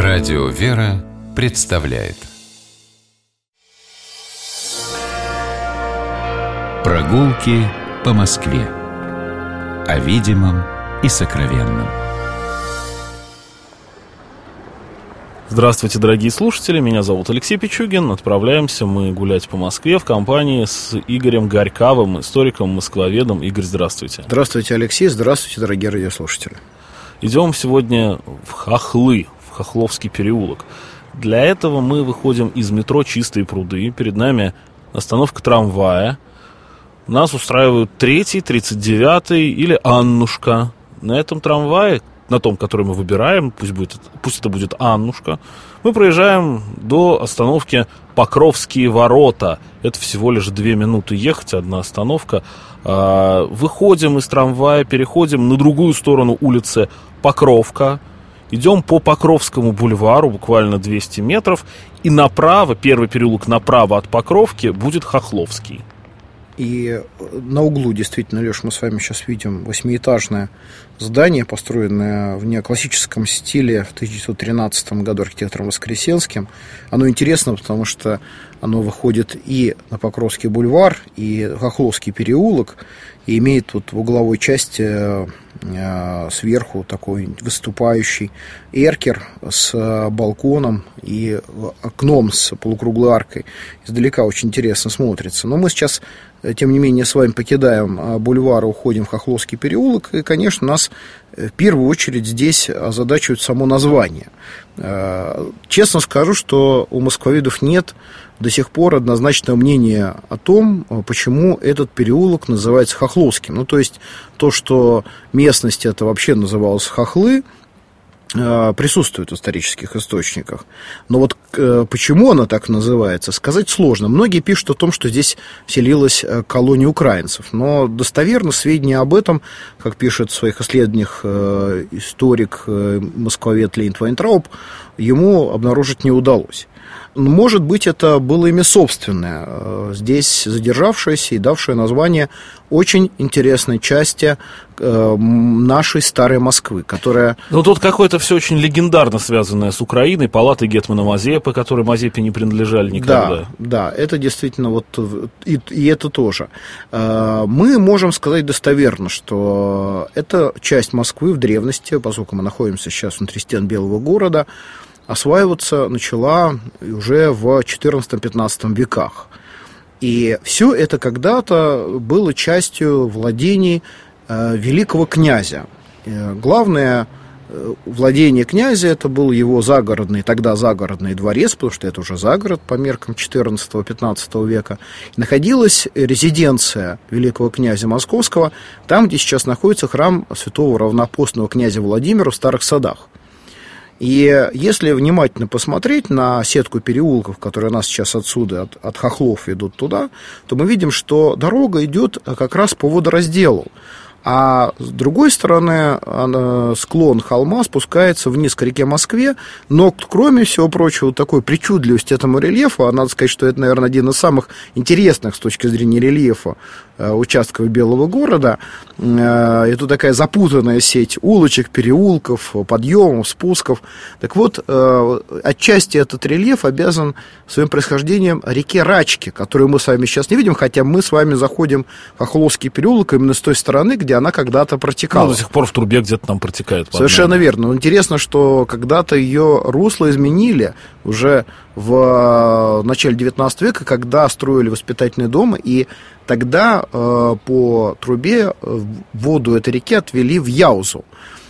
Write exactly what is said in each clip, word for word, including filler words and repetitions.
Радио «Вера» представляет Прогулки по Москве. О видимом и сокровенном. Здравствуйте, дорогие слушатели, меня зовут Алексей Пичугин. Отправляемся мы гулять по Москве в компании с Игорем Горьковым, историком-москвоведом. Игорь, здравствуйте. Здравствуйте, Алексей, здравствуйте, дорогие радиослушатели. Идем сегодня в Хохлы, в Хохловский переулок. Для этого мы выходим из метро «Чистые пруды». Перед нами остановка трамвая. Нас устраивают третий, тридцать девятый или Аннушка. На этом трамвае, на том, который мы выбираем, пусть, будет, пусть это будет Аннушка, мы проезжаем до остановки Покровские ворота. Это всего лишь две минуты ехать, одна остановка. Выходим из трамвая, переходим на другую сторону улицы Покровка. Идем по Покровскому бульвару, буквально двести метров. И направо, первый переулок направо от Покровки будет Хохловский. И на углу, действительно, Леш, мы с вами сейчас видим восьмиэтажное здание, построенное в неоклассическом стиле в тысяча девятьсот тринадцатом году архитектором Воскресенским. Оно интересно, потому что оно выходит и на Покровский бульвар, и Хохловский переулок, и имеет вот в угловой части э, сверху такой выступающий эркер с балконом и окном с полукруглой аркой. Издалека очень интересно смотрится. Но мы сейчас, тем не менее, с вами покидаем бульвар, уходим в Хохловский переулок, и, конечно, нас в первую очередь здесь озадачивает само название. Честно скажу, что у москвоведов нет до сих пор однозначного мнения о том, почему этот переулок называется Хохловским. Ну, то есть, то, что местность это вообще называлась Хохлы, присутствует в исторических источниках. Но вот почему она так называется, сказать сложно. Многие пишут о том, что здесь селилась колония украинцев. Но достоверно сведения об этом, как пишет в своих исследованиях историк, москвовед Леонид Вайнтрауб, ему обнаружить не удалось. Может быть, это было имя собственное, здесь задержавшееся и давшее название очень интересной части нашей старой Москвы, которая... Ну, тут какое-то все очень легендарно связанное с Украиной, палаты гетмана Мазепы, которые Мазепе не принадлежали никогда. Да, да, это действительно вот... И, и это тоже. Мы можем сказать достоверно, что эта часть Москвы в древности, поскольку мы находимся сейчас внутри стен Белого города, осваиваться начала уже в четырнадцатом-пятнадцатом веках. И все это когда-то было частью владений э, великого князя. Э, главное э, владение князя — это был его загородный, тогда загородный дворец, потому что это уже загород по меркам четырнадцатого-пятнадцатого века. И находилась резиденция великого князя Московского, там, где сейчас находится храм святого равноапостольного князя Владимира в Старых Садах. И если внимательно посмотреть на сетку переулков, которые у нас сейчас отсюда, от, от Хохлов идут туда, то мы видим, что дорога идет как раз по водоразделу. А с другой стороны, склон холма спускается вниз к реке Москве, но, кроме всего прочего, такой причудливости этому рельефу, а надо сказать, что это, наверное, один из самых интересных с точки зрения рельефа участков Белого города. Это такая запутанная сеть улочек, переулков, подъемов, спусков. Так вот, отчасти этот рельеф обязан своим происхождением реке Рачки, которую мы с вами сейчас не видим, хотя мы с вами заходим в Хохловский переулок именно с той стороны, где она когда-то протекала. Ну, до сих пор в трубе где-то там протекает. Совершенно верно. Но интересно, что когда-то ее русло изменили уже в начале девятнадцатого века, когда строили воспитательный дом, и тогда э, по трубе воду этой реки отвели в Яузу.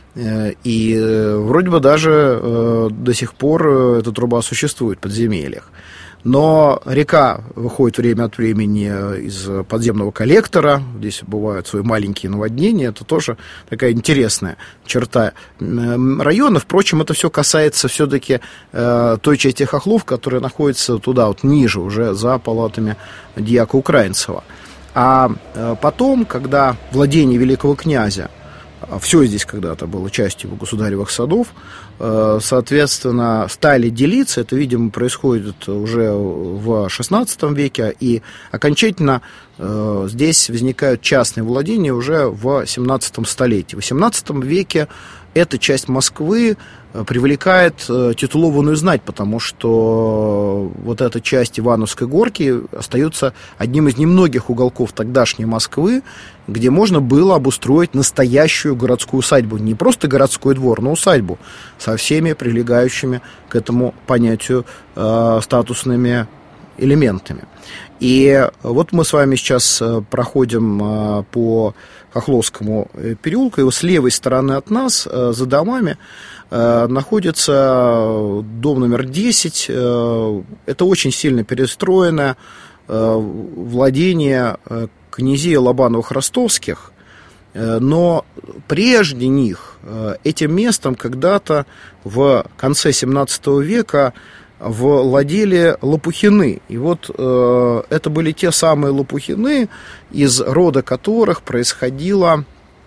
И э, вроде бы даже э, до сих пор эта труба существует в подземельях. Но река выходит время от времени из подземного коллектора. Здесь бывают свои маленькие наводнения. Это тоже такая интересная черта района. Впрочем, это все касается все-таки э, той части Хохлов, которая находится туда, вот ниже, уже за палатами дьяка Украинцева. А э, потом, когда владение великого князя, все здесь когда-то было частью государевых садов, соответственно, стали делиться. Это, видимо, происходит уже в шестнадцатом веке, и окончательно здесь возникают частные владения уже в семнадцатом столетии. В восемнадцатом веке эта часть Москвы привлекает титулованную знать, потому что вот эта часть Ивановской горки остается одним из немногих уголков тогдашней Москвы, где можно было обустроить настоящую городскую усадьбу. Не просто городской двор, но усадьбу со всеми прилегающими к этому понятию э, статусными элементами. И вот мы с вами сейчас проходим э, по Хохловскому переулку, и вот с левой стороны от нас, э, за домами, находится дом номер десять. Это очень сильно перестроенное владение князей Лобановых-Ростовских, но прежде них этим местом когда-то в конце семнадцатого века владели Лопухины. И вот это были те самые Лопухины, из рода которых происходила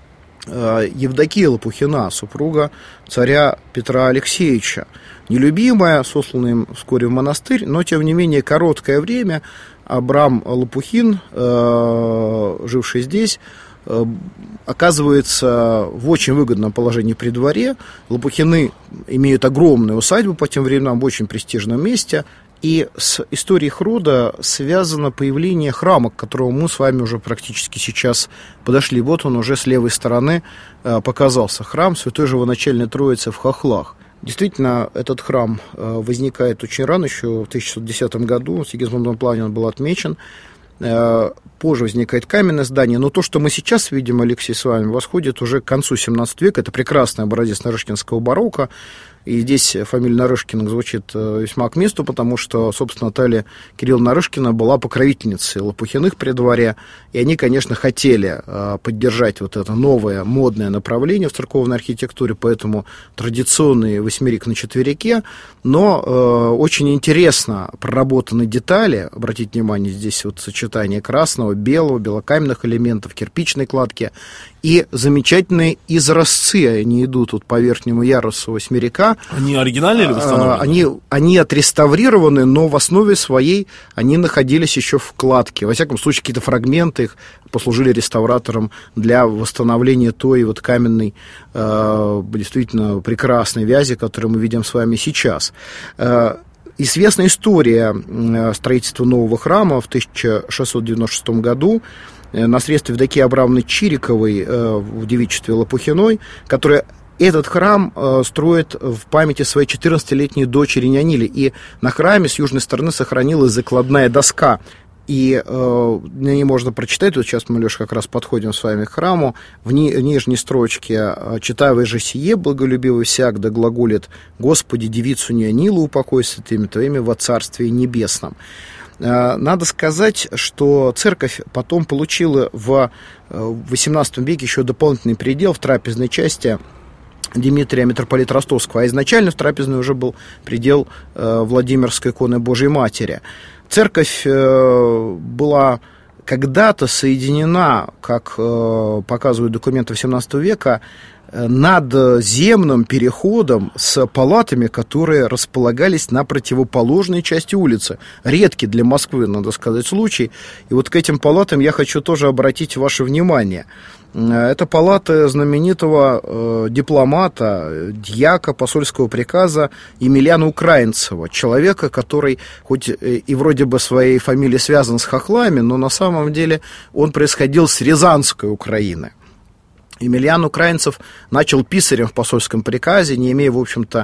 Евдокия Лопухина, супруга царя Петра Алексеевича. Нелюбимая, сосланная им вскоре в монастырь, но, тем не менее, короткое время Абрам Лопухин, живший здесь, оказывается в очень выгодном положении при дворе. Лопухины имеют огромную усадьбу по тем временам в очень престижном месте. И с историей их рода связано появление храма, к которому мы с вами уже практически сейчас подошли. Вот он уже с левой стороны показался. Храм Святой Живоначальной Троицы в Хохлах. Действительно, этот храм возникает очень рано, еще в тысяча шестьсот десятом году. В Сигизмундом плане он был отмечен. Позже возникает каменное здание, но то, что мы сейчас видим, Алексей, с вами, восходит уже к концу семнадцатого века. Это прекрасный образец нарышкинского барокко. И здесь фамилия Нарышкиных звучит весьма к месту, потому что, собственно, Наталья Кирилловна Нарышкина была покровительницей Лопухиных при дворе, и они, конечно, хотели поддержать вот это новое модное направление в церковной архитектуре, поэтому традиционный восьмерик на четверике, но э, очень интересно проработаны детали, обратите внимание, здесь вот сочетание красного, белого, белокаменных элементов, кирпичной кладки, и замечательные изразцы, они идут вот по верхнему ярусу восьмерика. Они оригинальные или восстановлены? Они, они отреставрированы, но в основе своей они находились еще в кладке. Во всяком случае, какие-то фрагменты их послужили реставраторам для восстановления той вот каменной, э, действительно прекрасной вязи, которую мы видим с вами сейчас. Э, известна история строительства нового храма в тысяча шестьсот девяносто шестом году на средства Евдокии Абрамовны Чириковой в девичестве Лопухиной, которая этот храм строит в памяти своей четырнадцатилетней дочери Нянили. И на храме с южной стороны сохранилась закладная доска. И э, на ней можно прочитать, вот сейчас мы, Леша, как раз подходим с вами к храму, в, ни, в нижней строчке «Читавый же сие, благолюбивый всяк, да глаголит, Господи, девицу Нянилу упокой святыми Твоими во Царстве Небесном». Надо сказать, что церковь потом получила в восемнадцатом веке еще дополнительный предел в трапезной части Дмитрия, митрополита Ростовского, а изначально в трапезной уже был предел Владимирской иконы Божией Матери. Церковь была когда-то соединена, как показывают документы семнадцатого века, надземным переходом с палатами, которые располагались на противоположной части улицы. Редкий для Москвы, надо сказать, случай. И вот к этим палатам я хочу тоже обратить ваше внимание. Это палаты знаменитого э, дипломата, дьяка посольского приказа Емельяна Украинцева, человека, который хоть и вроде бы своей фамилией связан с хохлами, но на самом деле он происходил с Рязанской Украины. Емельян Украинцев начал писарем в посольском приказе, не имея, в общем-то,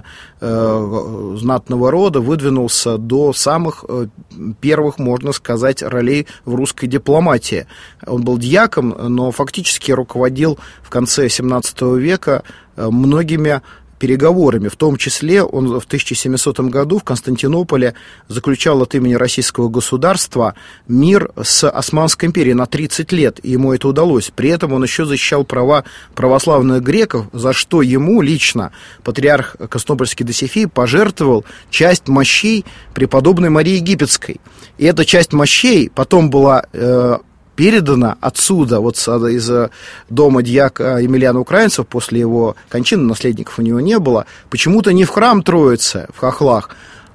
э, знатного рода, выдвинулся до самых э, первых, можно сказать, ролей в русской дипломатии. Он был дьяком, но фактически руководил в конце семнадцатого века э, многими переговорами. В том числе он в тысяча семисотом году в Константинополе заключал от имени российского государства мир с Османской империей на тридцать лет, и ему это удалось. При этом он еще защищал права православных греков, за что ему лично патриарх Константинопольский Досифей пожертвовал часть мощей преподобной Марии Египетской. И эта часть мощей потом была э, передано отсюда, вот из дома дьяка Емельяна Украинцева, после его кончины, наследников у него не было, почему-то не в храм Троицы в Хохлах,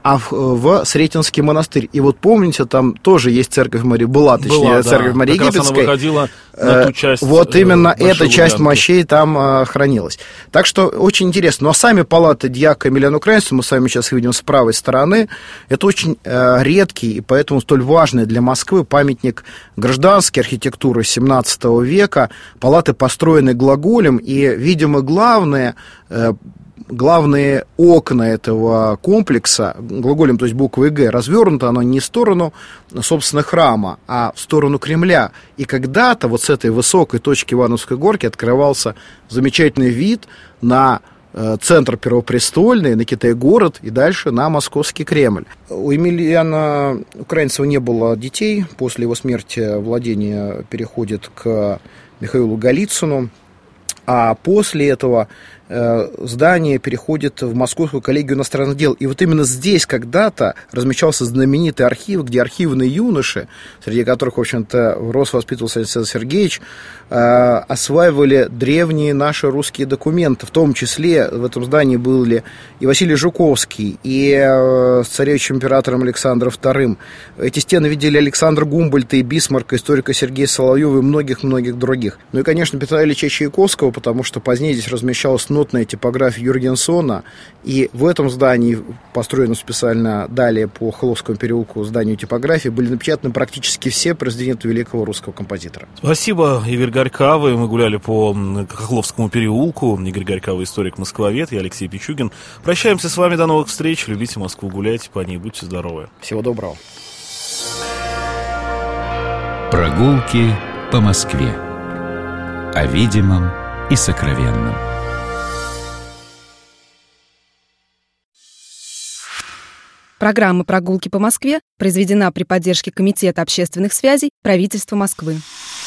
а в, в Сретенский монастырь. И вот помните, там тоже есть церковь Марии, была, точнее, была, церковь да. Марии как Египетской. Раз она выходила на ту часть. Вот именно эта часть Лубянки. мощей там а, хранилась. Так что очень интересно. Ну а сами палаты дьяка Емельяна Украинского, мы с вами сейчас видим с правой стороны, это очень а, редкий и поэтому столь важный для Москвы памятник гражданской архитектуры семнадцатого века. Палаты построены глаголем, и, видимо, главное... А, главные окна этого комплекса, глаголем, то есть буквой «Г», развернуто оно не в сторону, собственно, храма, а в сторону Кремля. И когда-то вот с этой высокой точки Ивановской горки открывался замечательный вид на центр Первопрестольный, на Китай-город и дальше на Московский Кремль. У Емельяна Украинцева не было детей. После его смерти владение переходит к Михаилу Голицыну. А после этого э, здание переходит в Московскую коллегию иностранных дел. И вот именно здесь когда-то размещался знаменитый архив, где архивные юноши, среди которых, в общем-то, рос, воспитывался Александр Сергеевич, э, осваивали древние наши русские документы. В том числе в этом здании были и Василий Жуковский, и э, с царевичем императором Александром вторым. Эти стены видели Александр Гумбольдта и Бисмарка, историка Сергея Соловьева и многих-многих других. Ну и, конечно, Петра Ильича Чайковского, потому что позднее здесь размещалась нотная типография Юргенсона, и в этом здании, построенном специально далее по Хохловскому переулку зданию типографии, были напечатаны практически все произведения великого русского композитора. Спасибо, Игорь Горькавый. Мы гуляли по Хохловскому переулку. Игорь Горькавый, историк-москвовед, я Алексей Пичугин. Прощаемся с вами, до новых встреч. Любите Москву, гуляйте по ней, будьте здоровы. Всего доброго. Прогулки по Москве. О видимом и сокровенном. Программа «Прогулки по Москве» произведена при поддержке Комитета общественных связей правительства Москвы.